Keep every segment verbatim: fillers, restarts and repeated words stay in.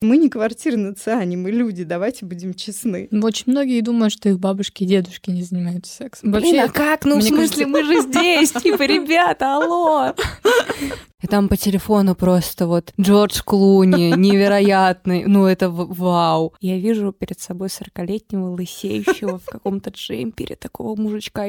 Мы не квартирные циане, мы люди, давайте будем честны. Очень многие думают, что их бабушки и дедушки не занимаются сексом. Блин, Вообще, а как? Ну, в смысле, кажется... мы же здесь, типа, ребята, алло! И там по телефону просто вот Джордж Клуни, невероятный, ну это вау. Я вижу перед собой сорокалетнего лысеющего в каком-то джемпере такого мужичка.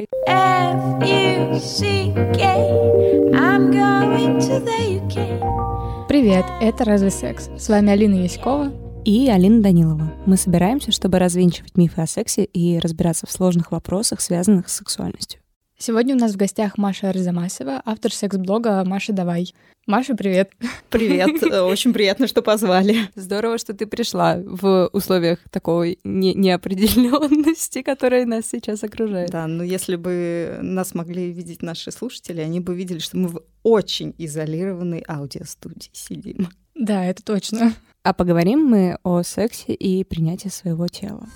Привет, это «Разве секс?». С вами Алина Яськова и Алина Данилова. Мы собираемся, чтобы развенчивать мифы о сексе и разбираться в сложных вопросах, связанных с сексуальностью. Сегодня у нас в гостях Маша Арзамасова, автор секс-блога «Маша, давай». Маша, привет. Привет, очень приятно, что позвали. Здорово, что ты пришла в условиях такой не- неопределенности, которая нас сейчас окружает. Да, но если бы нас могли видеть наши слушатели, они бы видели, что мы в очень изолированной аудиостудии сидим. Да, это точно. А поговорим мы о сексе и принятии своего тела.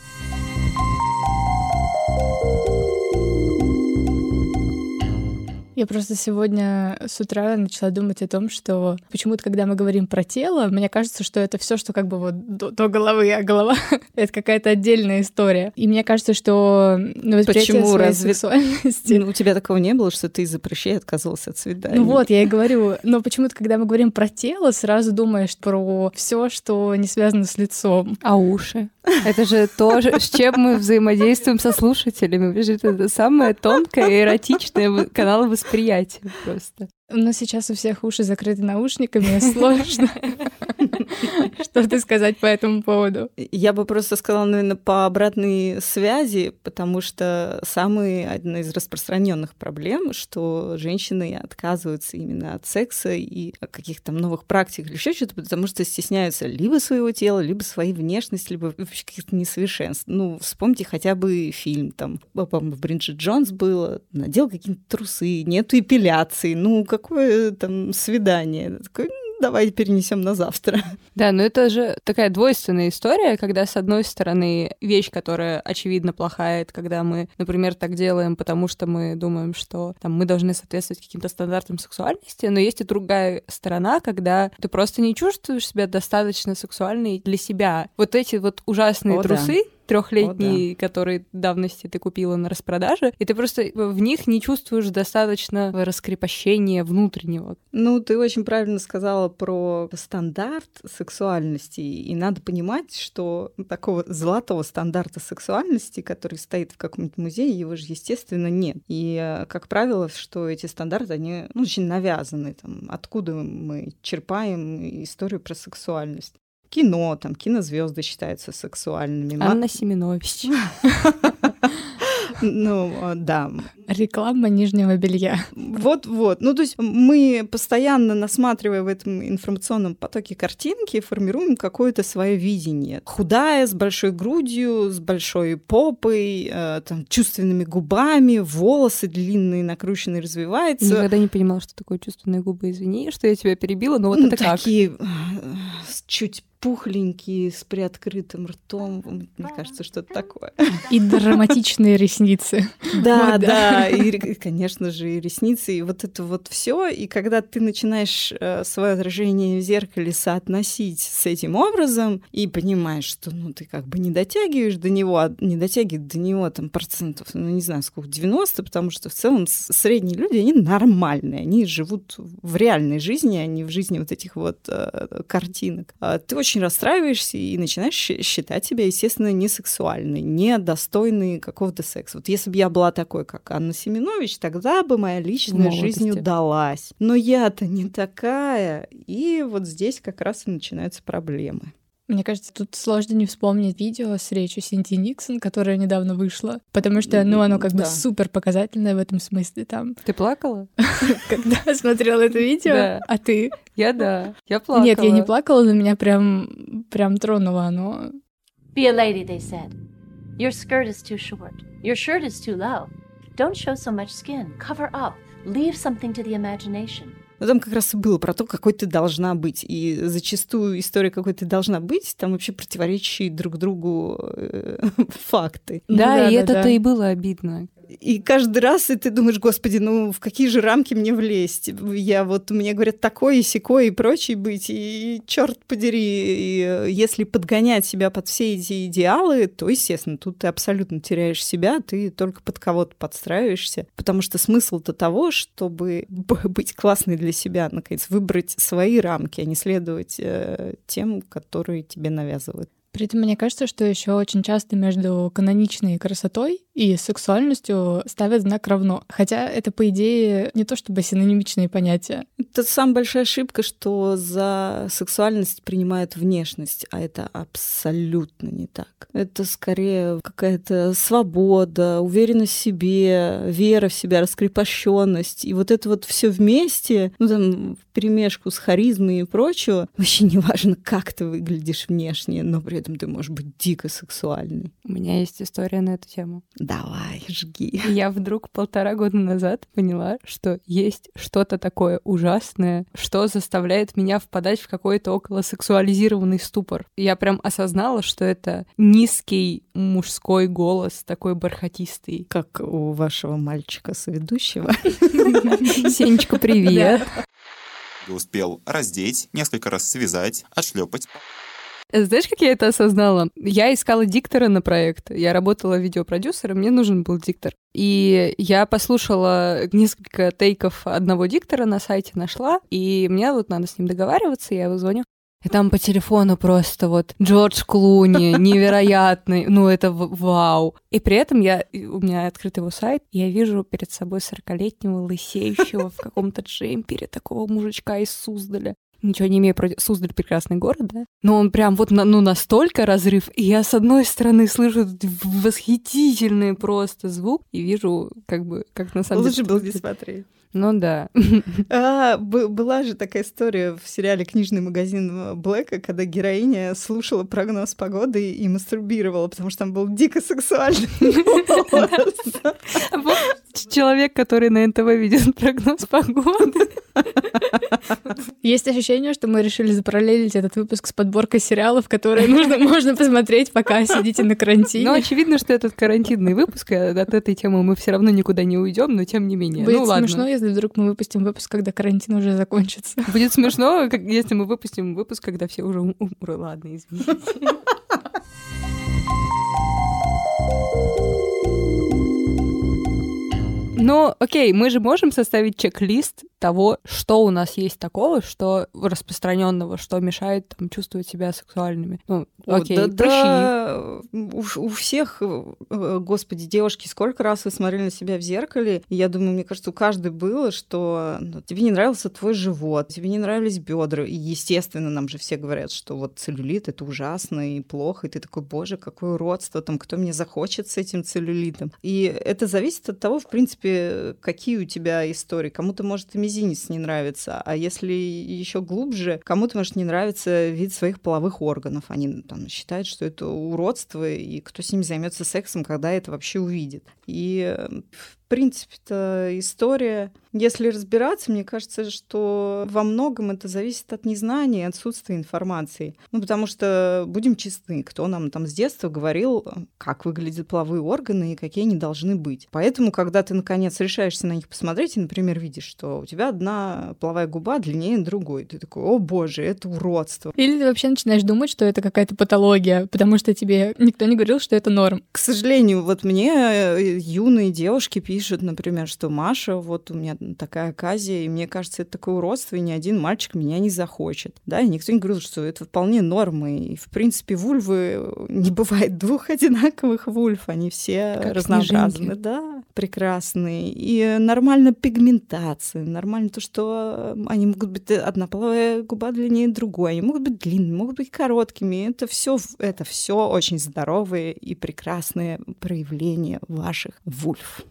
Я просто сегодня с утра начала думать о том, что почему-то, когда мы говорим про тело, мне кажется, что это все, что как бы вот до, до головы, а голова — это какая-то отдельная история. И мне кажется, что ну, восприятие Почему? своей Разве... сексуальности... Ну, у тебя такого не было, что ты из-за прыщей отказывался от свиданий? Ну вот, я и говорю. Но почему-то, когда мы говорим про тело, сразу думаешь про все, что не связано с лицом. А уши? Это же то, с чем мы взаимодействуем со слушателями. Это самое тонкое и эротичное канал восприятия просто. У нас сейчас у всех уши закрыты наушниками, сложно что-то сказать по этому поводу. Я бы просто сказала, наверное, по обратной связи, потому что самая одна из распространенных проблем, что женщины отказываются именно от секса и каких-то новых практик или еще что-то, потому что стесняются либо своего тела, либо своей внешности, либо вообще каких-то несовершенств. Ну, вспомните хотя бы фильм, там, по-моему, в Бриджит Джонс было, надел какие-то трусы, нету эпиляции, ну, как какое там свидание? Такое, давайте перенесем на завтра. Да, но это же такая двойственная история, когда, с одной стороны, вещь, которая, очевидно, плохая, это когда мы, например, так делаем, потому что мы думаем, что там, мы должны соответствовать каким-то стандартам сексуальности, но есть и другая сторона, когда ты просто не чувствуешь себя достаточно сексуальной для себя. Вот эти вот ужасные О, трусы, да. трехлетние, О, да. которые давности ты купила на распродаже, и ты просто в них не чувствуешь достаточно раскрепощения внутреннего. Ну, ты очень правильно сказала про стандарт сексуальности, и надо понимать, что такого золотого стандарта сексуальности, который стоит в каком-нибудь музее, его же, естественно, нет. И, как правило, что эти стандарты, они ну, очень навязаны. Там, откуда мы черпаем историю про сексуальность? Кино, там, кинозвезды считаются сексуальными. Анна Семенович. Ну, да. Реклама нижнего белья. Вот-вот. Ну, то есть мы постоянно, насматривая в этом информационном потоке картинки, формируем какое-то свое видение. Худая, с большой грудью, с большой попой, э, там, чувственными губами, волосы длинные, накрученные, развиваются. Никогда не понимала, что такое чувственные губы. Извини, что я тебя перебила, но вот ну, это как? Такие чуть пухленькие, с приоткрытым ртом. Мне кажется, что-то такое. И драматичные ресницы. Да, вот, да, да. И, конечно же, и ресницы, и вот это вот все. И когда ты начинаешь свое отражение в зеркале соотносить с этим образом и понимаешь, что ну, ты как бы не дотягиваешь до него, а не дотягивает до него там процентов, ну, не знаю, сколько, девяносто, потому что в целом средние люди, они нормальные, они живут в реальной жизни, а не в жизни вот этих вот э, картинок. Ты очень расстраиваешься и начинаешь считать себя, естественно, несексуальной, недостойной какого-то секса. Вот если бы я была такой, как Анна Семенович, тогда бы моя личная жизнь удалась. Но я-то не такая. И вот здесь как раз и начинаются проблемы. Мне кажется, тут сложно не вспомнить видео с речью Синтии Никсон, которое недавно вышло, потому что, ну, оно как бы супер показательное в этом смысле там. Ты плакала? Когда смотрела это видео? Да. А ты? Я да, я плакала. Нет, я не плакала, но меня прям, прям тронуло оно. Be a lady, they said. Your skirt is too short. Your shirt is too low. Don't show so much skin. Cover up. Leave something to the imagination. Но там как раз и было про то, какой ты должна быть. И зачастую история, какой ты должна быть, там вообще противоречащие друг другу факты. Да, ну, да и да, это-то да. и было обидно. И каждый раз и ты думаешь, господи, ну в какие же рамки мне влезть? Я вот, мне говорят, такой и сякой и прочий быть, и черт подери, и если подгонять себя под все эти идеалы, то, естественно, тут ты абсолютно теряешь себя, ты только под кого-то подстраиваешься, потому что смысл-то того, чтобы быть классной для себя, наконец, выбрать свои рамки, а не следовать э, тем, которые тебе навязывают. При этом мне кажется, что еще очень часто между каноничной красотой и сексуальностью ставят знак равно. Хотя это, по идее, не то чтобы синонимичные понятия. Это самая большая ошибка, что за сексуальность принимают внешность, а это абсолютно не так. Это скорее какая-то свобода, уверенность в себе, вера в себя, раскрепощенность. И вот это вот все вместе, ну там, вперемешку с харизмой и прочего, вообще не важно, как ты выглядишь внешне, но при этом ты можешь быть дико сексуальной. У меня есть история на эту тему. Давай, жги. Я вдруг полтора года назад поняла, что есть что-то такое ужасное, что заставляет меня впадать в какой-то околосексуализированный ступор. Я прям осознала, что это низкий мужской голос, такой бархатистый. Как у вашего мальчика-соведущего. Сенечка, привет. Я успел раздеть, несколько раз связать, отшлепать. Знаешь, как я это осознала? Я искала диктора на проект. Я работала видеопродюсером, мне нужен был диктор. И я послушала несколько тейков одного диктора на сайте, нашла, и мне вот надо с ним договариваться, я его звоню. И там по телефону просто вот Джордж Клуни, невероятный, ну это вау. И при этом я, у меня открыт его сайт, я вижу перед собой сорокалетнего лысеющего в каком-то джемпере такого мужичка из Суздаля. Ничего не имею против... Суздаль — прекрасный город, да? Но он прям вот на, ну, настолько разрыв. И я, с одной стороны, слышу восхитительный просто звук и вижу, как бы, как на самом деле... Лучше было не смотреть. Ну да. А, б- была же такая история в сериале «Книжный магазин Блэка», когда героиня слушала прогноз погоды и мастурбировала, потому что там был дико сексуальный голос. Человек, который на эн тэ вэ видит прогноз погоды. Есть ощущение, что мы решили запараллелить этот выпуск с подборкой сериалов, которые нужно, можно посмотреть, пока сидите на карантине. Ну, очевидно, что этот карантинный выпуск, и от этой темы мы все равно никуда не уйдем, но тем не менее. Будет ну, ладно. смешно, если вдруг мы выпустим выпуск, когда карантин уже закончится. Будет смешно, как, если мы выпустим выпуск, когда все уже умрут. Ладно, извините. Но, окей, мы же можем составить чек-лист того, что у нас есть такого, что распространенного, что мешает там, чувствовать себя сексуальными. Ну, окей, О, да, прыщи. Да, у, у всех, господи, девушки, сколько раз вы смотрели на себя в зеркале, и я думаю, мне кажется, у каждой было, что ну, тебе не нравился твой живот, тебе не нравились бедра, и, естественно, нам же все говорят, что вот целлюлит — это ужасно и плохо, и ты такой, боже, какое уродство, там, кто мне захочет с этим целлюлитом. И это зависит от того, в принципе, какие у тебя истории. Кому-то, может, и мизинец не нравится, а если еще глубже, кому-то может не нравиться вид своих половых органов. Они там считают, что это уродство, и кто с ними займется сексом, когда это вообще увидит. И в принципе-то история, если разбираться, мне кажется, что во многом это зависит от незнания и отсутствия информации. Ну, потому что, будем честны, кто нам там с детства говорил, как выглядят половые органы и какие они должны быть. Поэтому, когда ты, наконец, решаешься на них посмотреть и, например, видишь, что у тебя одна половая губа длиннее другой, ты такой, о боже, это уродство. Или ты вообще начинаешь думать, что это какая-то патология, потому что тебе никто не говорил, что это норм. К сожалению, вот мне юные девушки пишут, Пишут, например, что Маша, вот у меня такая оказия, и мне кажется, это такое уродство, и ни один мальчик меня не захочет. Да, и никто не говорил, что это вполне норма. И, в принципе, вульвы, не бывает двух одинаковых вульв, они все как разнообразны. Снежинки. Да, прекрасные. И нормально пигментация, нормально то, что они могут быть одна половая губа длиннее другой, они могут быть длинными, могут быть короткими. Это все, это все очень здоровые и прекрасные проявления ваших вульв.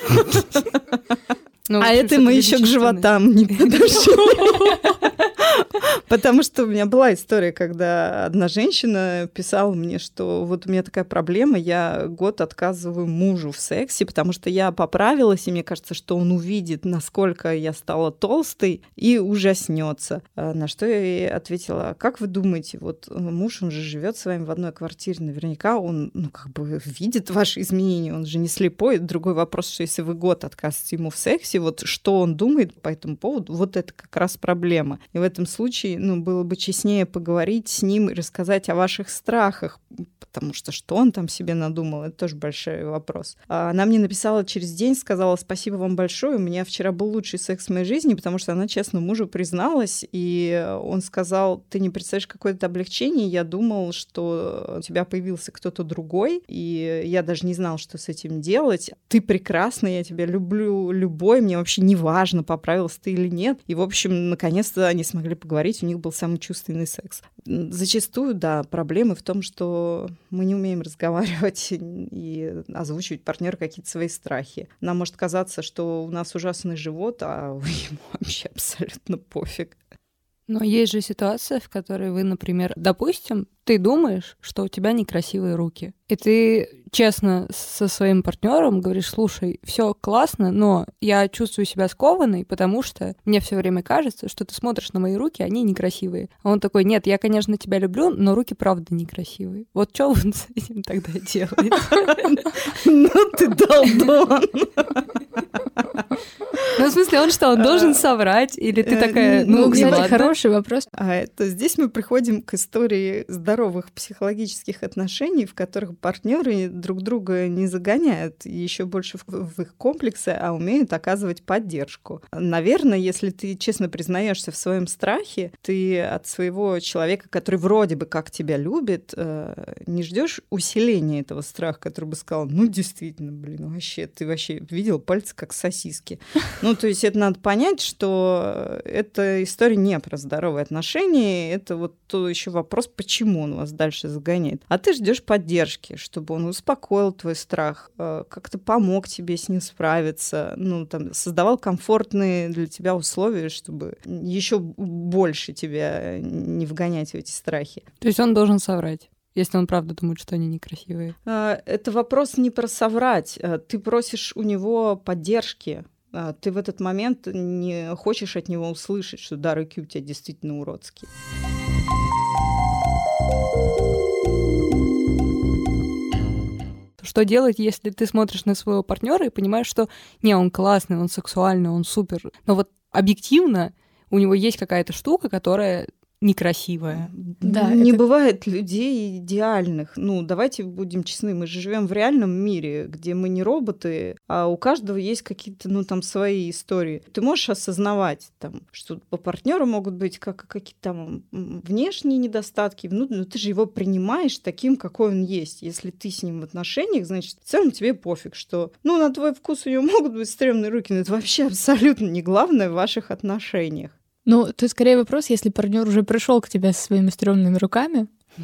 Ну, а это мы еще к животам не подошли. Потому что у меня была история, когда одна женщина писала мне, что вот у меня такая проблема, я год отказываю мужу в сексе, потому что я поправилась, и мне кажется, что он увидит, насколько я стала толстой, и ужаснется. На что я ей ответила: как вы думаете, вот муж, он же живет с вами в одной квартире, наверняка он, ну, как бы видит ваши изменения, он же не слепой. Другой вопрос, что если вы год отказываете ему в сексе, вот что он думает по этому поводу, вот это как раз проблема. И в этом случае, ну, было бы честнее поговорить с ним и рассказать о ваших страхах, потому что что он там себе надумал, это тоже большой вопрос. Она мне написала через день, сказала: спасибо вам большое, у меня вчера был лучший секс в моей жизни, потому что она честно мужу призналась, и он сказал: ты не представляешь, какое это облегчение, я думал, что у тебя появился кто-то другой, и я даже не знал, что с этим делать. Ты прекрасна, я тебя люблю любой, мне вообще не важно, поправился ты или нет. И, в общем, наконец-то они смогли поговорить, у них был самый чувственный секс. Зачастую, да, проблемы в том, что мы не умеем разговаривать и озвучивать партнеру какие-то свои страхи. Нам может казаться, что у нас ужасный живот, а ему вообще абсолютно пофиг. Но есть же ситуация, в которой вы, например, допустим, ты думаешь, что у тебя некрасивые руки, и ты честно со своим партнером говоришь: слушай, все классно, но я чувствую себя скованной, потому что мне все время кажется, что ты смотришь на мои руки, они некрасивые. А он такой: нет, я, конечно, тебя люблю, но руки правда некрасивые. Вот что вы с этим тогда делаете? Ну ты долбон! Ну, в смысле, он что, он должен соврать? Или ты такая, ну, ну, кстати, ладно. хороший вопрос. А это здесь мы приходим к истории здоровых психологических отношений, в которых партнеры друг друга не загоняют еще больше в, в их комплексы, а умеют оказывать поддержку. Наверное, если ты честно признаешься в своем страхе, ты от своего человека, который вроде бы как тебя любит, не ждешь усиления этого страха, который бы сказал: ну, действительно, блин, вообще, ты вообще видел пальцы как сосиски. Ну, то есть это надо понять, что эта история не про здоровые отношения, это вот еще вопрос, почему он вас дальше загоняет. А ты ждешь поддержки, чтобы он успокоил твой страх, как-то помог тебе с ним справиться, ну, там, создавал комфортные для тебя условия, чтобы еще больше тебя не вгонять в эти страхи. То есть он должен соврать, если он правда думает, что они некрасивые? Это вопрос не про соврать. Ты просишь у него поддержки. Ты в этот момент не хочешь от него услышать, что да, руки у тебя действительно уродские. Что делать, если ты смотришь на своего партнера и понимаешь, что не, он классный, он сексуальный, он супер, но вот объективно у него есть какая-то штука, которая некрасивая. Да, не это... бывает людей идеальных. Ну, давайте будем честны, мы же живем в реальном мире, где мы не роботы, а у каждого есть какие-то, ну, там, свои истории. Ты можешь осознавать, там, что по партнеру могут быть как, какие-то там внешние недостатки, ну, но ты же его принимаешь таким, какой он есть. Если ты с ним в отношениях, значит, в целом тебе пофиг, что, ну, на твой вкус у него могут быть стрёмные руки, но это вообще абсолютно не главное в ваших отношениях. Ну, тут скорее вопрос, если партнер уже пришел к тебе со своими стрёмными руками,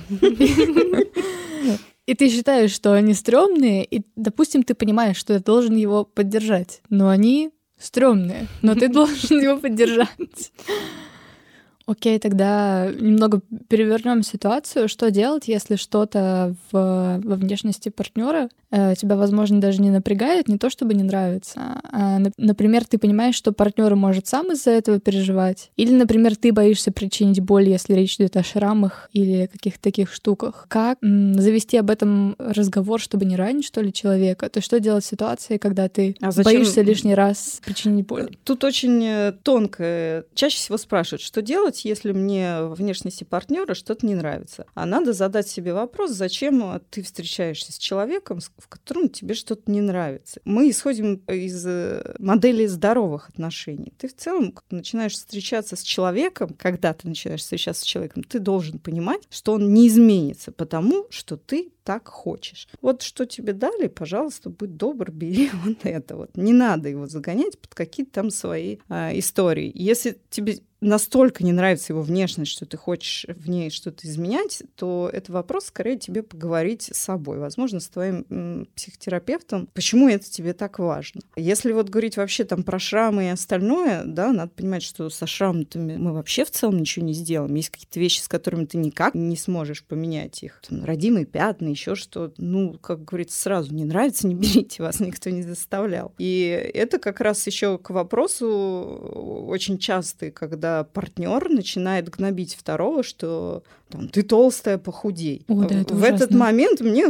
и ты считаешь, что они стрёмные, и, допустим, ты понимаешь, что ты должен его поддержать, но они стрёмные, но ты должен его поддержать. Окей, тогда немного перевернем ситуацию. Что делать, если что-то в, во внешности партнера э, тебя, возможно, даже не напрягает, не то чтобы не нравится. А, например, ты понимаешь, что партнер может сам из-за этого переживать. Или, например, ты боишься причинить боль, если речь идет о шрамах или каких-то таких штуках. Как м, завести об этом разговор, чтобы не ранить, что ли, человека? То есть что делать в ситуации, когда ты а боишься лишний раз причинить боль? Тут очень тонко. Чаще всего спрашивают, что делать, если мне в внешности партнера что-то не нравится. А надо задать себе вопрос, зачем ты встречаешься с человеком, в котором тебе что-то не нравится. Мы исходим из модели здоровых отношений. Ты в целом начинаешь встречаться с человеком, когда ты начинаешь встречаться с человеком, ты должен понимать, что он не изменится, потому что ты так хочешь. Вот что тебе дали, пожалуйста, будь добр, бери вот это вот. Не надо его загонять под какие-то там свои а, истории. Если тебе настолько не нравится его внешность, что ты хочешь в ней что-то изменять, то это вопрос скорее тебе поговорить с собой, возможно, с твоим м, психотерапевтом, почему это тебе так важно. Если вот говорить вообще там про шрамы и остальное, да, надо понимать, что со шрамами мы вообще в целом ничего не сделаем. Есть какие-то вещи, с которыми ты никак не сможешь поменять их. Там, родимые пятна, еще что-то. Ну, как говорится, сразу не нравится, не берите, вас никто не заставлял. И это как раз еще к вопросу очень частый, когда партнер начинает гнобить второго, что там, ты толстая, похудей. О, да, это в ужасно. этот момент мне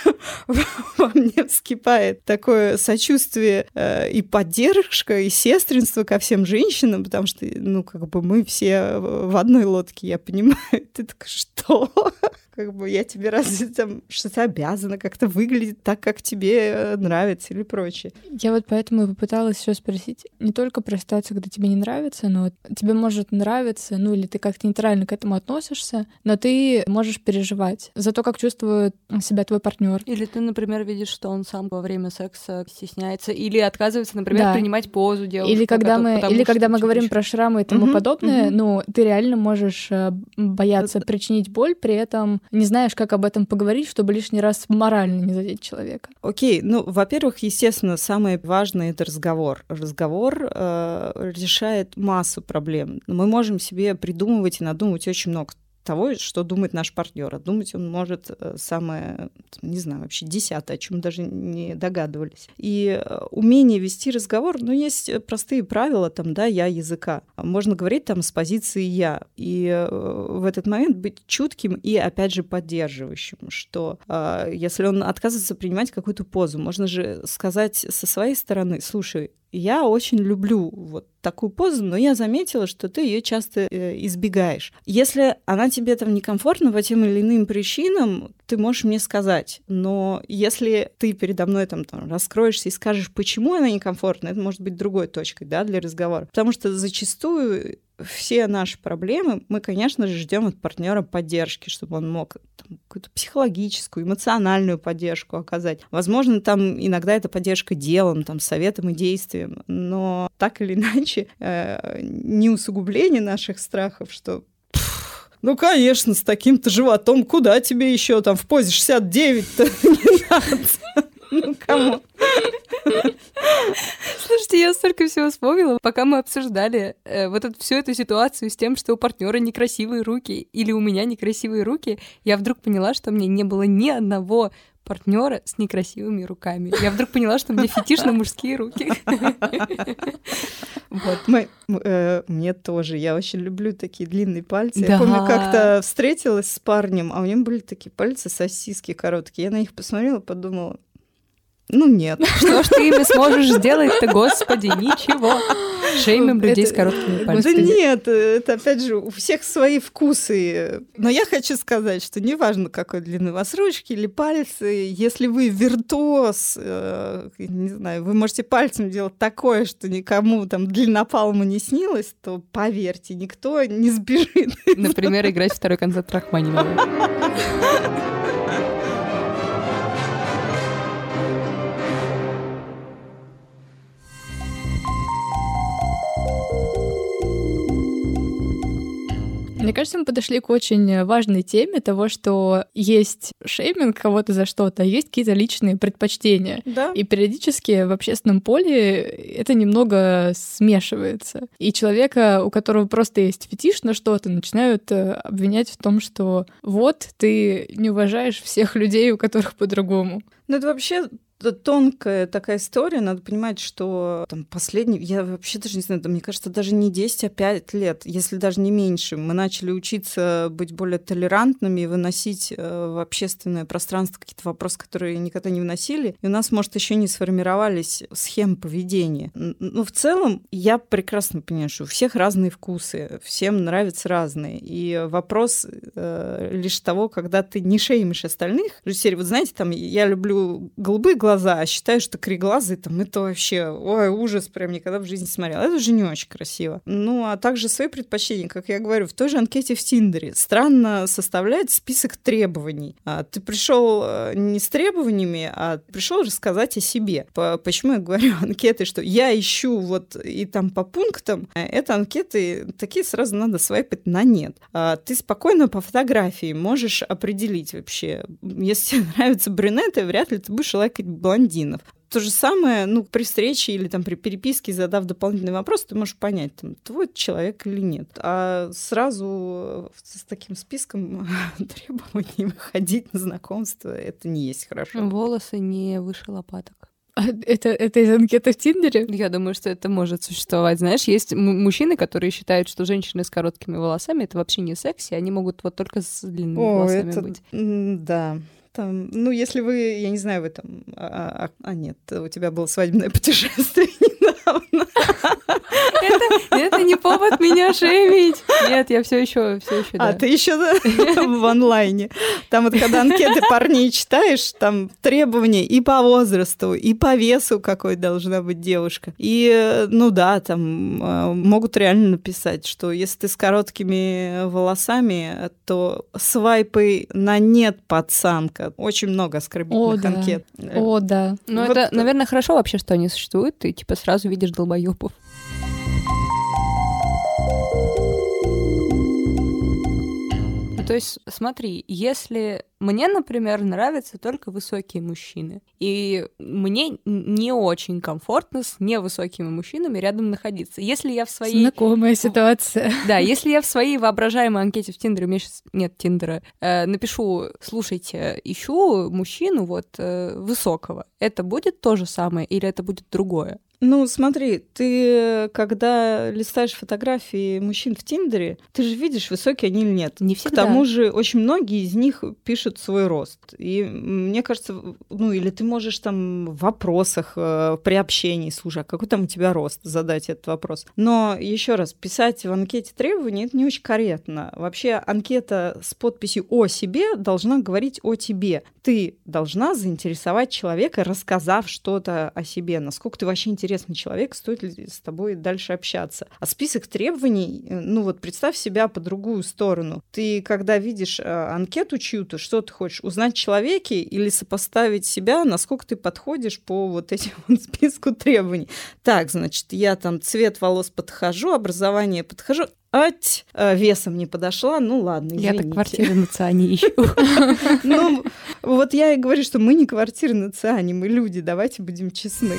во мне вскипает такое сочувствие э, и поддержка, и сестринство ко всем женщинам, потому что, ну, как бы мы все в одной лодке, я понимаю. Ты такая, что? Как бы я тебе разве там что-то обязана как-то выглядеть так, как тебе нравится или прочее. Я вот поэтому и попыталась еще спросить не только про ситуацию, когда тебе не нравится, но тебе может нравиться, ну или ты как-то нейтрально к этому относишься, но ты можешь переживать за то, как чувствует себя твой партнер. Или ты, например, видишь, что он сам во время секса стесняется или отказывается, например, Да. принимать позу девушки. Или когда мы, или когда мы говорим про шрамы и тому Мгм, подобное, мгм. ну, ты реально можешь э, бояться причинить боль, при этом не знаешь, как об этом поговорить, чтобы лишний раз морально не задеть человека. Окей, ну, во-первых, естественно, самое важное — это разговор. Разговор э, решает массу проблем. Мы можем себе придумывать и надумывать очень много того, что думает наш партнер. А думать он может э, самое, не знаю, вообще десятое, о чем даже не догадывались. И э, умение вести разговор, ну, есть простые правила, там, да, я языка. Можно говорить там с позиции я. И э, в этот момент быть чутким и, опять же, поддерживающим, что э, если он отказывается принимать какую-то позу, можно же сказать со своей стороны: слушай, я очень люблю вот такую позу, но я заметила, что ты ее часто э, избегаешь. Если она тебе там некомфортна по тем или иным причинам, ты можешь мне сказать. Но если ты передо мной там, там раскроешься и скажешь, почему она некомфортна, это может быть другой точкой, да, для разговора. Потому что зачастую все наши проблемы мы, конечно же, ждем от партнера поддержки, чтобы он мог там какую-то психологическую, эмоциональную поддержку оказать. Возможно, там иногда это поддержка делом, там, советом и действием, но так или иначе э, не усугубление наших страхов, что ну, конечно, с таким-то животом куда тебе еще там в позе шестьдесят девять-то не надо? Ну, кому? Слушайте, я столько всего вспомнила, пока мы обсуждали э, вот эту, всю эту ситуацию с тем, что у партнера некрасивые руки или у меня некрасивые руки, я вдруг поняла, что мне не было ни одного партнера с некрасивыми руками. Я вдруг поняла, что у меня фетиш на мужские руки. Вот. Мы, э, мне тоже. Я очень люблю такие длинные пальцы. Да. Я помню, как-то встретилась с парнем, а у него были такие пальцы сосиски короткие. Я на них посмотрела, подумала, ну нет. Что ж ты ими сможешь сделать-то, господи, ничего. Шеймим людей Это- с короткими Да пальцами. нет, это опять же у всех свои вкусы. Но я хочу сказать, что неважно, какой длины у вас ручки или пальцы, если вы виртуоз, э, не знаю, вы можете пальцем делать такое, что никому там длина палма не снилась, то поверьте, никто не сбежит. Например, играть второй концерт Рахманинова. Мне кажется, мы подошли к очень важной теме того, что есть шейминг кого-то за что-то, а есть какие-то личные предпочтения. Да. И периодически в общественном поле это немного смешивается. И человека, у которого просто есть фетиш на что-то, начинают э, обвинять в том, что вот ты не уважаешь всех людей, у которых по-другому. Ну, это вообще т- тонкая такая история. Надо понимать, что там последний... Я вообще даже не знаю, да, мне кажется, даже не десять, а пять лет, если даже не меньше. Мы начали учиться быть более толерантными и выносить э, в общественное пространство какие-то вопросы, которые никогда не выносили. И у нас, может, еще не сформировались схемы поведения. Н- Ну, в целом, я прекрасно понимаю, что у всех разные вкусы, всем нравятся разные. И вопрос э, лишь того, когда ты не шеймишь остальных. В серии, вот знаете, там, я люблю голубые глаза, глаза, а считаю, что кореглазый там это вообще, ой, ужас, прям никогда в жизни не смотрела. Это уже не очень красиво. Ну, а также свои предпочтения, как я говорю, в той же анкете в Тиндере странно составлять список требований. А ты пришел не с требованиями, а пришел рассказать о себе. Почему я говорю анкеты, что я ищу вот и там по пунктам, это анкеты такие сразу надо свайпать на нет. А ты спокойно по фотографии можешь определить вообще, если тебе нравятся брюнеты, вряд ли ты будешь лайкать блондинов. То же самое, ну, при встрече или там при переписке, задав дополнительный вопрос, ты можешь понять, там, твой человек или нет. А сразу с таким списком требований выходить на знакомство, это не есть хорошо. Волосы не выше лопаток. Это, это из анкеты в Тиндере? Я думаю, что это может существовать. Знаешь, есть м- мужчины, которые считают, что женщины с короткими волосами — это вообще не секси, они могут вот только с длинными О, волосами это... быть. Да. Там, ну, если вы, я не знаю, вы там... А, а, а нет, у тебя было свадебное путешествие недавно. Это, это не повод меня шеймить. Нет, я все еще, все еще. А да. ты еще в онлайне. Там вот когда анкеты парней читаешь, там требования и по возрасту, и по весу, какой должна быть девушка. И, ну да, там могут реально написать, что если ты с короткими волосами, то свайпай на нет, пацанка. Очень много оскорбительных О, да. анкет. О, да. Ну, Вот это, наверное, хорошо вообще, что они существуют. Ты типа сразу видишь долбоёбов. То есть, смотри, если мне, например, нравятся только высокие мужчины, и мне не очень комфортно с невысокими мужчинами рядом находиться. Если я в своей... Знакомая ситуация. Да, если я в своей воображаемой анкете в Тиндере, у меня сейчас нет Тиндера, э, напишу, слушайте, ищу мужчину вот э, высокого, это будет то же самое или это будет другое? Ну, смотри, ты, когда листаешь фотографии мужчин в Тиндере, ты же видишь, высокие они или нет. Не всегда. К тому же очень многие из них пишут свой рост. И мне кажется, ну, или ты можешь там в вопросах э, при общении, слушай, а какой там у тебя рост, задать этот вопрос. Но еще раз, писать в анкете требований — это не очень корректно. Вообще анкета с подписью «о себе» должна говорить о тебе. Ты должна заинтересовать человека, рассказав что-то о себе, насколько ты вообще интересен интересный человек, стоит ли с тобой дальше общаться. А список требований, ну вот представь себя по другую сторону. Ты, когда видишь а, анкету чью-то, что ты хочешь? Узнать о человеке или сопоставить себя, насколько ты подходишь по вот этому вот списку требований? Так, значит, я там цвет волос подхожу, образование подхожу, ать, весом не подошла, ну ладно, извините. Я так квартиры на Циане ищу. Ну, вот я и говорю, что мы не квартиры на Циане, мы люди, давайте будем честны.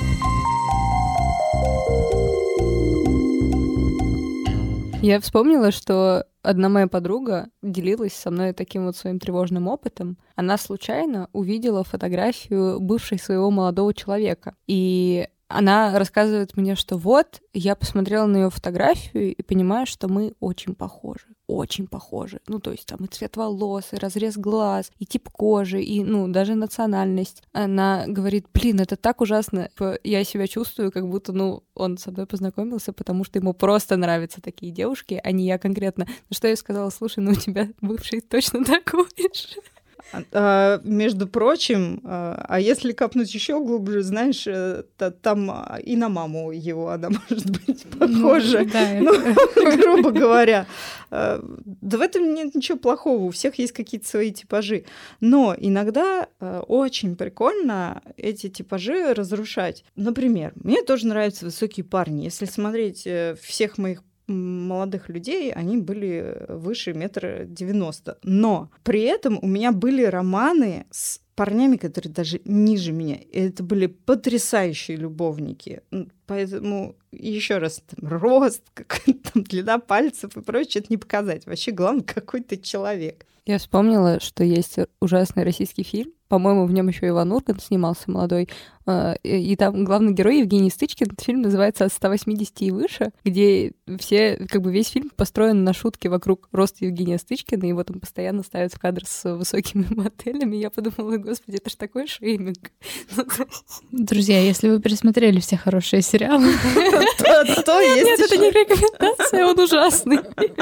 Я вспомнила, что одна моя подруга делилась со мной таким вот своим тревожным опытом. Она случайно увидела фотографию бывшей своего молодого человека. И она рассказывает мне, что вот, я посмотрела на ее фотографию и понимаю, что мы очень похожи. Очень похожи. Ну, то есть там и цвет волос, и разрез глаз, и тип кожи, и, ну, даже национальность. Она говорит, блин, это так ужасно. Я себя чувствую, как будто, ну, он со мной познакомился, потому что ему просто нравятся такие девушки, а не я конкретно. На что я сказала, слушай, ну, у тебя бывший точно такой же. А, между прочим, а, а если копнуть еще глубже, знаешь, то, там и на маму его она может быть похожа. Ну, да, ну, это... грубо говоря. Да в этом нет ничего плохого, у всех есть какие-то свои типажи. Но иногда очень прикольно эти типажи разрушать. Например, мне тоже нравятся высокие парни. Если смотреть всех моих молодых людей, они были выше метра девяносто. Но при этом у меня были романы с парнями, которые даже ниже меня. И это были потрясающие любовники. Поэтому еще раз, там, рост, там, длина пальцев и прочее, это не показать. Вообще, главное, какой ты человек. Я вспомнила, что есть ужасный российский фильм. По-моему, в нем еще Иван Ургант снимался молодой. И там главный герой Евгений Стычкин. Этот фильм называется «От ста восьмидесяти и выше», где все, как бы весь фильм построен на шутке вокруг роста Евгения Стычкина, и его там постоянно ставят в кадр с высокими моделями. Я подумала, господи, это ж такой шейминг. Друзья, если вы пересмотрели все хорошие сериалы, то есть... Нет, это не рекомендация, он ужасный.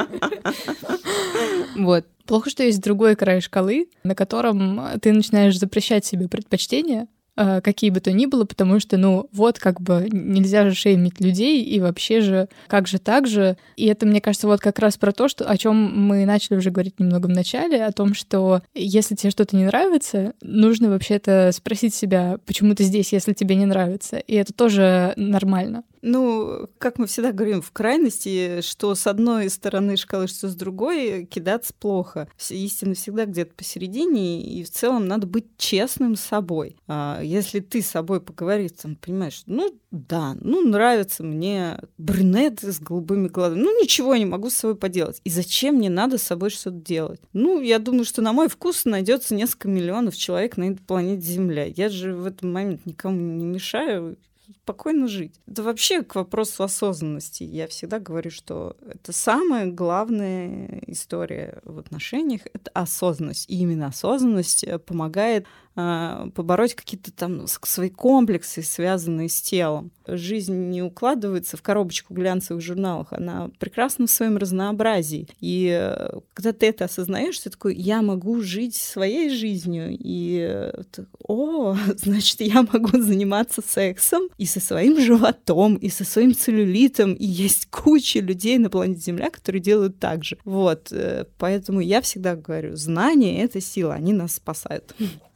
Вот. Плохо, что есть другой край шкалы, на котором ты начинаешь запрещать себе предпочтения, какие бы то ни было, потому что, ну, вот как бы нельзя же шеймить людей, и вообще же, как же так же. И это, мне кажется, вот как раз про то, что, о чем мы начали уже говорить немного в начале, о том, что если тебе что-то не нравится, нужно вообще-то спросить себя, почему ты здесь, если тебе не нравится. И это тоже нормально. Ну, как мы всегда говорим, в крайности, что с одной стороны шкалы, что с другой, кидаться плохо. Истина всегда где-то посередине, и в целом надо быть честным с собой. А если ты с собой поговоришь, там, понимаешь, ну да, ну нравится мне брюнет с голубыми глазами, ну ничего я не могу с собой поделать. И зачем мне надо с собой что-то делать? Ну, я думаю, что на мой вкус найдется несколько миллионов человек на этой планете Земля. Я же в этот момент никому не мешаю спокойно жить. Это вообще к вопросу осознанности. Я всегда говорю, что это самая главная история в отношениях — это осознанность. И именно осознанность помогает а, побороть какие-то там свои комплексы, связанные с телом. Жизнь не укладывается в коробочку глянцевых журналов, она прекрасна в своем разнообразии. И когда ты это осознаешь, ты такой: я могу жить своей жизнью, и о, значит, я могу заниматься сексом и со своим животом, и со своим целлюлитом, и есть куча людей на планете Земля, которые делают так же. Вот, поэтому я всегда говорю, знание — это сила, они нас спасают.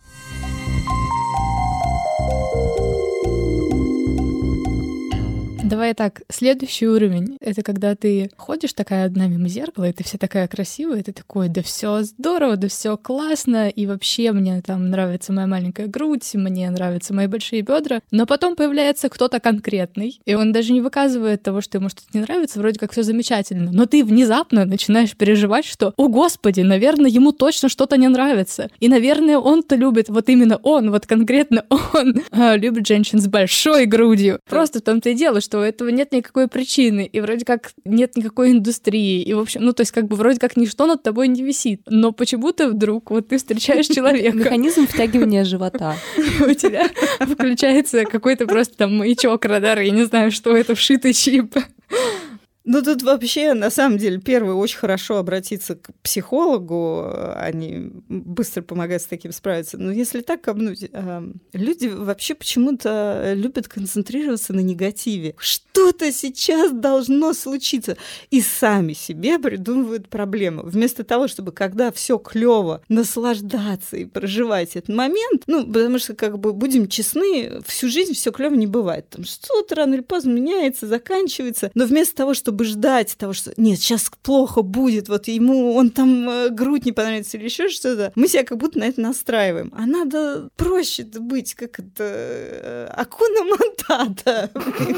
Давай так, следующий уровень — это когда ты ходишь такая одна мимо зеркала, и ты вся такая красивая, и ты такой: да все здорово, да все классно, и вообще мне там нравится моя маленькая грудь, мне нравятся мои большие бедра. Но потом появляется кто-то конкретный, и он даже не выказывает того, что ему что-то не нравится, вроде как все замечательно. Но ты внезапно начинаешь переживать, что, о господи, наверное, ему точно что-то не нравится. И, наверное, он-то любит, вот именно он, вот конкретно он, любит женщин с большой грудью. Просто в том-то и дело, что у этого нет никакой причины, и вроде как нет никакой индустрии, и, в общем, ну, то есть как бы вроде как ничто над тобой не висит, но почему-то вдруг вот ты встречаешь человека. Механизм втягивания живота. У тебя включается какой-то просто там маячок, радар, я не знаю, что это, вшитый чип. Ну, тут вообще, на самом деле, первое, очень хорошо обратиться к психологу, они быстро помогают с таким справиться. Но если так копнуть, люди вообще почему-то любят концентрироваться на негативе. Что-то сейчас должно случиться. И сами себе придумывают проблему. Вместо того, чтобы, когда все клево, наслаждаться и проживать этот момент, ну, потому что, как бы, будем честны, всю жизнь все клево не бывает. Там что-то рано или поздно меняется, заканчивается. Но вместо того, чтобы чтобы ждать того, что нет, сейчас плохо будет, вот ему он там э, грудь не понравится или еще что-то, мы себя как будто на это настраиваем. А надо проще быть, как это, э, Акуна Матата.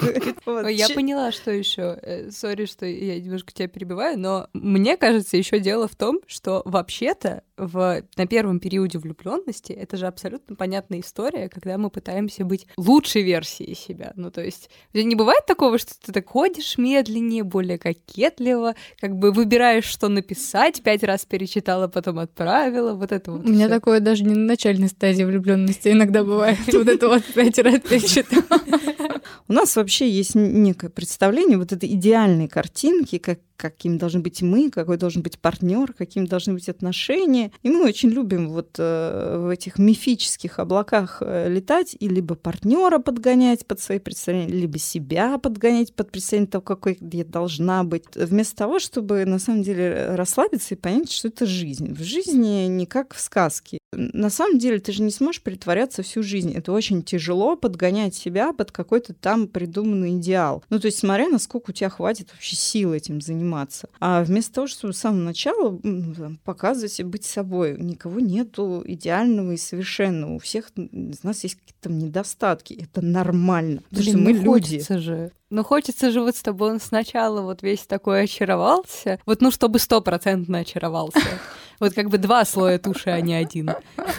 Я поняла, что еще. Сори, что я немножко тебя перебиваю, но мне кажется, еще дело в том, что вообще-то в, на первом периоде влюбленности это же абсолютно понятная история, когда мы пытаемся быть лучшей версией себя. Ну, то есть не бывает такого, что ты так ходишь медленнее, более кокетливо, как бы выбираешь, что написать, пять раз перечитала, потом отправила, вот это вот. У меня всё. такое даже не на начальной стадии влюбленности иногда бывает. Вот это вот пять раз перечитала. У нас вообще есть некое представление вот этой идеальной картинки, как каким должны быть мы, какой должен быть партнер, какими должны быть отношения. И мы очень любим вот э, в этих мифических облаках э, летать и либо партнера подгонять под свои представления, либо себя подгонять под представление того, какой я должна быть. Вместо того, чтобы на самом деле расслабиться и понять, что это жизнь. В жизни не как в сказке. На самом деле ты же не сможешь притворяться всю жизнь. Это очень тяжело подгонять себя под какой-то там придуманный идеал. Ну, то есть смотря, насколько у тебя хватит вообще сил этим заниматься. А вместо того, чтобы с самого начала показывать и быть собой, никого нету идеального и совершенного. У всех из нас есть какие-то там недостатки. Это нормально. Потому Блин, что мы ну люди. Хочется же. Ну, хочется же вот с тобой он сначала вот весь такой очаровался. Вот, ну, чтобы стопроцентно очаровался. Вот как бы два слоя туши, а не один.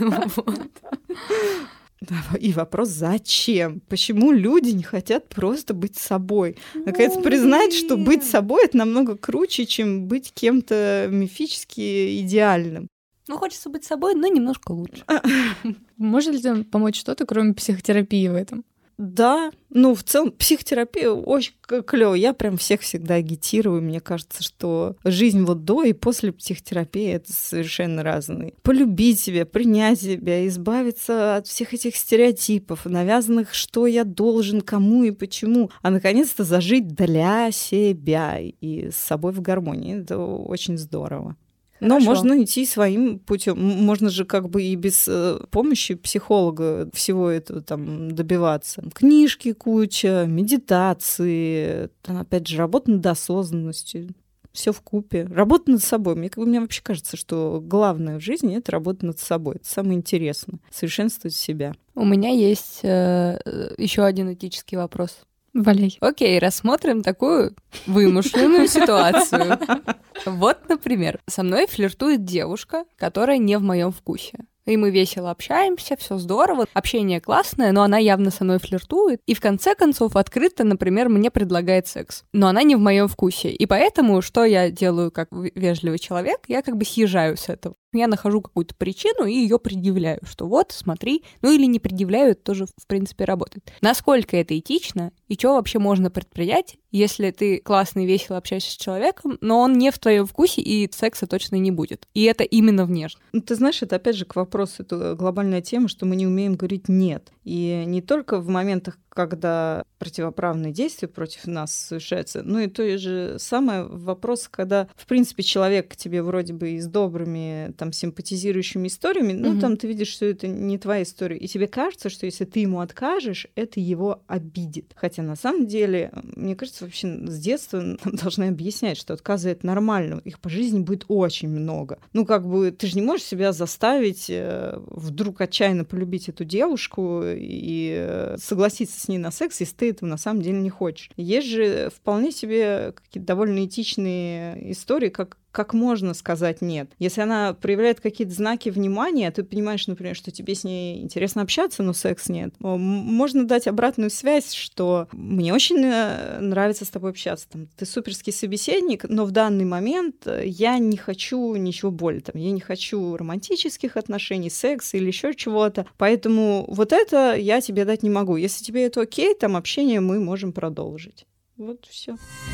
И вопрос, зачем? Почему люди не хотят просто быть собой? Наконец, Ну, признать, блин. что быть собой — это намного круче, чем быть кем-то мифически идеальным. Ну, хочется быть собой, но немножко лучше. Может ли там помочь что-то, кроме психотерапии в этом? Да, ну, в целом, психотерапия очень клёво. Я прям всех всегда агитирую. Мне кажется, что жизнь вот до и после психотерапии — это совершенно разные. Полюбить себя, принять себя, избавиться от всех этих стереотипов, навязанных, что я должен, кому и почему, а наконец-то зажить для себя и с собой в гармонии. Это очень здорово. Но Хорошо. можно идти своим путем. Можно же как бы и без э, помощи психолога всего этого там добиваться. Книжки куча, медитации, там, опять же, работа над осознанностью. Все вкупе. Работа над собой. Мне, как бы, мне вообще кажется, что главное в жизни — это работа над собой. Это самое интересное. Совершенствовать себя. У меня есть э, еще один этический вопрос. Валяй. Окей, рассмотрим такую вымышленную ситуацию. Вот, например, со мной флиртует девушка, которая не в моем вкусе. И мы весело общаемся, все здорово, общение классное, но она явно со мной флиртует. И в конце концов открыто, например, мне предлагает секс. Но она не в моем вкусе. И поэтому, что я делаю как вежливый человек, я как бы съезжаю с этого. Я нахожу какую-то причину и ее предъявляю, что вот, смотри, ну или не предъявляю, это тоже, в принципе, работает. Насколько это этично и что вообще можно предпринять, если ты классно и весело общаешься с человеком, но он не в твоем вкусе и секса точно не будет. И это именно внешне. Ну, ты знаешь, это опять же к вопросу, это глобальная тема, что мы не умеем говорить «нет». И не только в моментах, когда противоправные действия против нас совершаются, но и то же самое вопрос, когда, в принципе, человек к тебе вроде бы и с добрыми, там, симпатизирующими историями, ну, mm-hmm. там ты видишь, что это не твоя история, и тебе кажется, что если ты ему откажешь, это его обидит. Хотя на самом деле, мне кажется, вообще с детства нам должны объяснять, что отказы — это нормально, их по жизни будет очень много. Ну, как бы, ты же не можешь себя заставить э, вдруг отчаянно полюбить эту девушку и э, согласиться с ней на секс, если ты этого на самом деле не хочешь. Есть же вполне себе какие-то довольно этичные истории, как как можно сказать «нет». Если она проявляет какие-то знаки внимания, ты понимаешь, например, что тебе с ней интересно общаться, но секс нет. Можно дать обратную связь, что мне очень нравится с тобой общаться. Там, ты суперский собеседник, но в данный момент я не хочу ничего более. Там, я не хочу романтических отношений, секса или еще чего-то. Поэтому вот это я тебе дать не могу. Если тебе это окей, там общение мы можем продолжить. Вот все.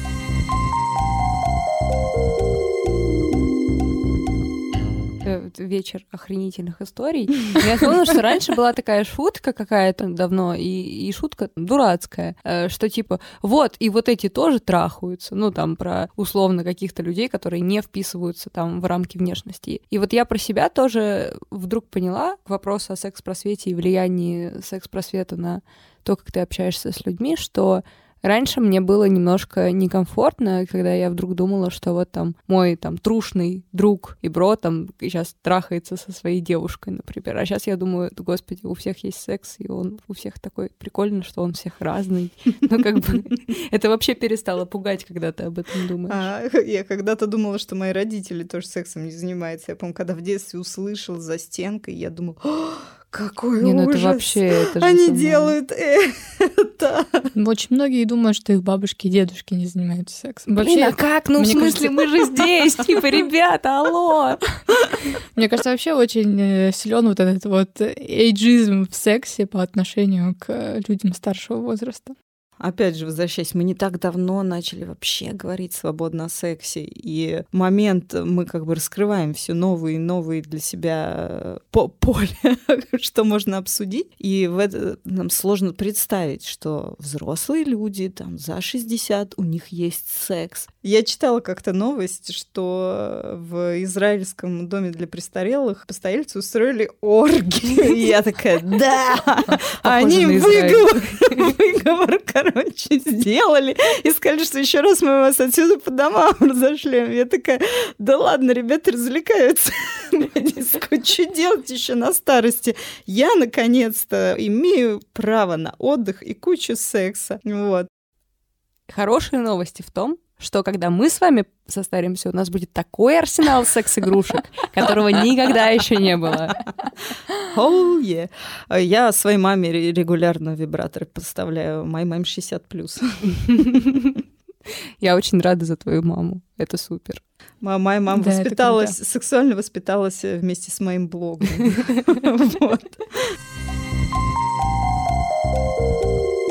Вечер охренительных историй. Я вспомнила, что раньше была такая шутка какая-то давно, и, и шутка дурацкая, что типа вот, и вот эти тоже трахаются, ну там про условно каких-то людей, которые не вписываются там в рамки внешности. И вот я про себя тоже вдруг поняла вопрос о секс-просвете и влиянии секс-просвета на то, как ты общаешься с людьми, что раньше мне было немножко некомфортно, когда я вдруг думала, что вот там мой там трушный друг и бро там сейчас трахается со своей девушкой, например. А сейчас я думаю, господи, у всех есть секс, и он у всех такой прикольный, что он всех разный. Ну, как бы, это вообще перестало пугать, когда ты об этом думаешь. А, я когда-то думала, что мои родители тоже сексом не занимаются. Я помню, когда в детстве услышала за стенкой, я думала... Какой не, ну ужас! Это вообще, это же Они сама... делают это. Очень многие думают, что их бабушки и дедушки не занимаются сексом. Блин, вообще, а как? Ну, в смысле, кажется... мы же здесь, типа, ребята, алло! Мне кажется, вообще очень силен вот этот вот эйджизм в сексе по отношению к людям старшего возраста. Опять же, возвращаясь, мы не так давно начали вообще говорить свободно о сексе, и момент мы как бы раскрываем все новые и новые для себя по поле, что можно обсудить, и в это нам сложно представить, что взрослые люди там за шестьдесят, у них есть секс. Я читала как-то новость, что в израильском доме для престарелых постояльцы устроили оргию, и я такая, да, они выговор, выговор, короче, сделали и сказали, что еще раз мы вас отсюда по домам разошлем. Я такая, да ладно, ребята развлекаются. Что делать еще на старости? Я, наконец-то, имею право на отдых и кучу секса. Вот. Хорошие новости в том, что когда мы с вами состаримся, у нас будет такой арсенал секс-игрушек, которого никогда еще не было. Oh, yeah. Я своей маме регулярно вибраторы поставляю. Моей маме шестьдесят плюс. Я очень рада за твою маму. Это супер. Моя мама да, воспиталась, сексуально воспиталась вместе с моим блогом. Вот.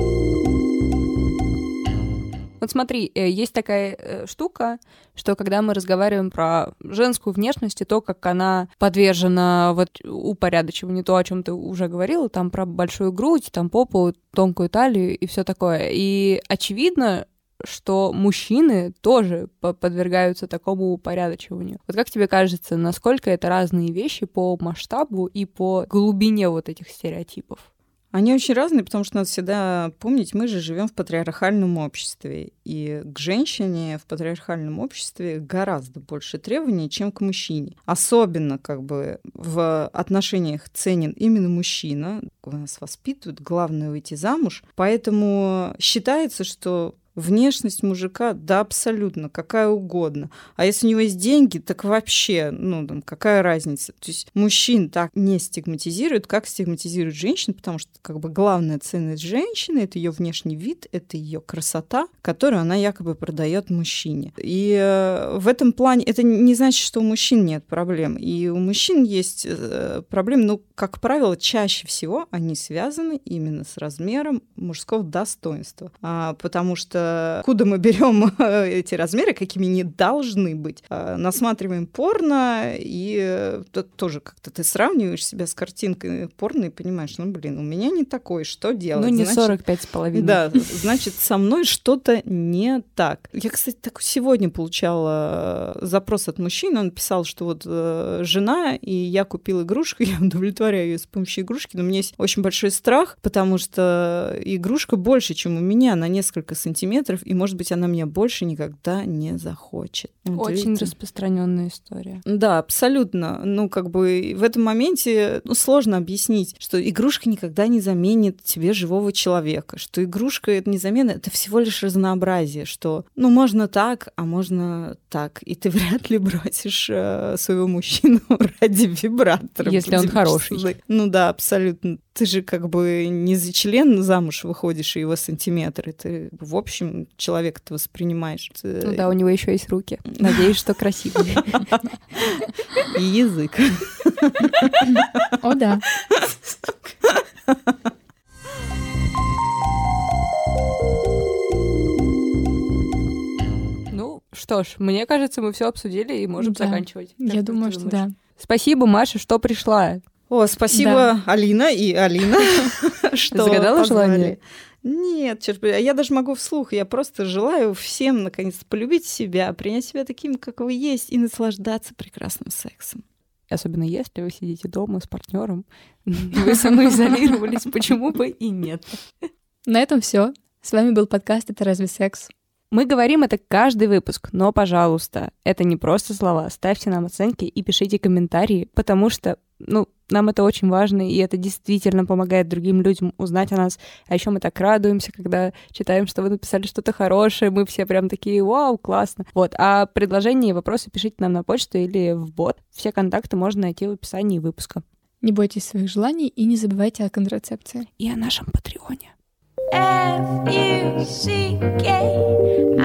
Вот смотри, есть такая штука, что когда мы разговариваем про женскую внешность и то, как она подвержена вот упорядочиванию, то, о чем ты уже говорила, там про большую грудь, там попу, тонкую талию и все такое. И очевидно, что мужчины тоже подвергаются такому упорядочиванию. Вот как тебе кажется, насколько это разные вещи по масштабу и по глубине вот этих стереотипов? Они очень разные, потому что надо всегда помнить, мы же живем в патриархальном обществе, и к женщине в патриархальном обществе гораздо больше требований, чем к мужчине. Особенно как бы в отношениях ценен именно мужчина, нас воспитывают, главное выйти замуж, поэтому считается, что внешность мужика, да, абсолютно, какая угодно. А если у него есть деньги, так вообще, ну, там, какая разница? То есть мужчин так не стигматизируют, как стигматизируют женщин, потому что, как бы, главная ценность женщины — это ее внешний вид, это ее красота, которую она якобы продает мужчине. И э, в этом плане это не значит, что у мужчин нет проблем. И у мужчин есть э, проблемы, но, как правило, чаще всего они связаны именно с размером мужского достоинства. А, потому что откуда мы берем эти размеры, какими они должны быть. Насматриваем порно, и тоже как-то ты сравниваешь себя с картинкой порно и понимаешь, ну, блин, у меня не такой, что делать? Ну, не сорок пять с половиной. Да, значит, со мной что-то не так. Я, кстати, так сегодня получала запрос от мужчины, он писал, что вот жена, и я купил игрушку, я удовлетворяю ее с помощью игрушки, но у меня есть очень большой страх, потому что игрушка больше, чем у меня, на несколько сантиметров, и, может быть, она меня больше никогда не захочет. Вот, очень видите? Распространенная история. Да, абсолютно. Ну, как бы в этом моменте ну, сложно объяснить, что игрушка никогда не заменит тебе живого человека, что игрушка — это не замена, это всего лишь разнообразие, что, ну, можно так, а можно так, и ты вряд ли бросишь э, своего мужчину ради вибратора. Если он хороший. Ну да, абсолютно. Ты же как бы не за член замуж выходишь и его сантиметры, ты в общем человека ты воспринимаешь. Ну да, у него еще есть руки. Надеюсь, что красивые. И язык. О, да. Ну, что ж, мне кажется, мы все обсудили и можем Да. заканчивать. Я Как думаю, ты что думаешь? да. Спасибо, Маша, что пришла. О, спасибо, Да. Алина и Алина, что загадала позвали. желание? Нет, черт побери, я даже могу вслух. Я просто желаю всем, наконец-то, полюбить себя, принять себя таким, как вы есть, и наслаждаться прекрасным сексом. Особенно если вы сидите дома с партнером, вы самоизолировались, почему бы и нет. На этом все. С вами был подкаст «Это разве секс?». Мы говорим это каждый выпуск, но, пожалуйста, это не просто слова. Ставьте нам оценки и пишите комментарии, потому что, ну, нам это очень важно, и это действительно помогает другим людям узнать о нас. А еще мы так радуемся, когда читаем, что вы написали что-то хорошее, мы все прям такие, вау, классно. Вот, а предложения и вопросы пишите нам на почту или в бот. Все контакты можно найти в описании выпуска. Не бойтесь своих желаний и не забывайте о контрацепции. И о нашем Патреоне. F U C K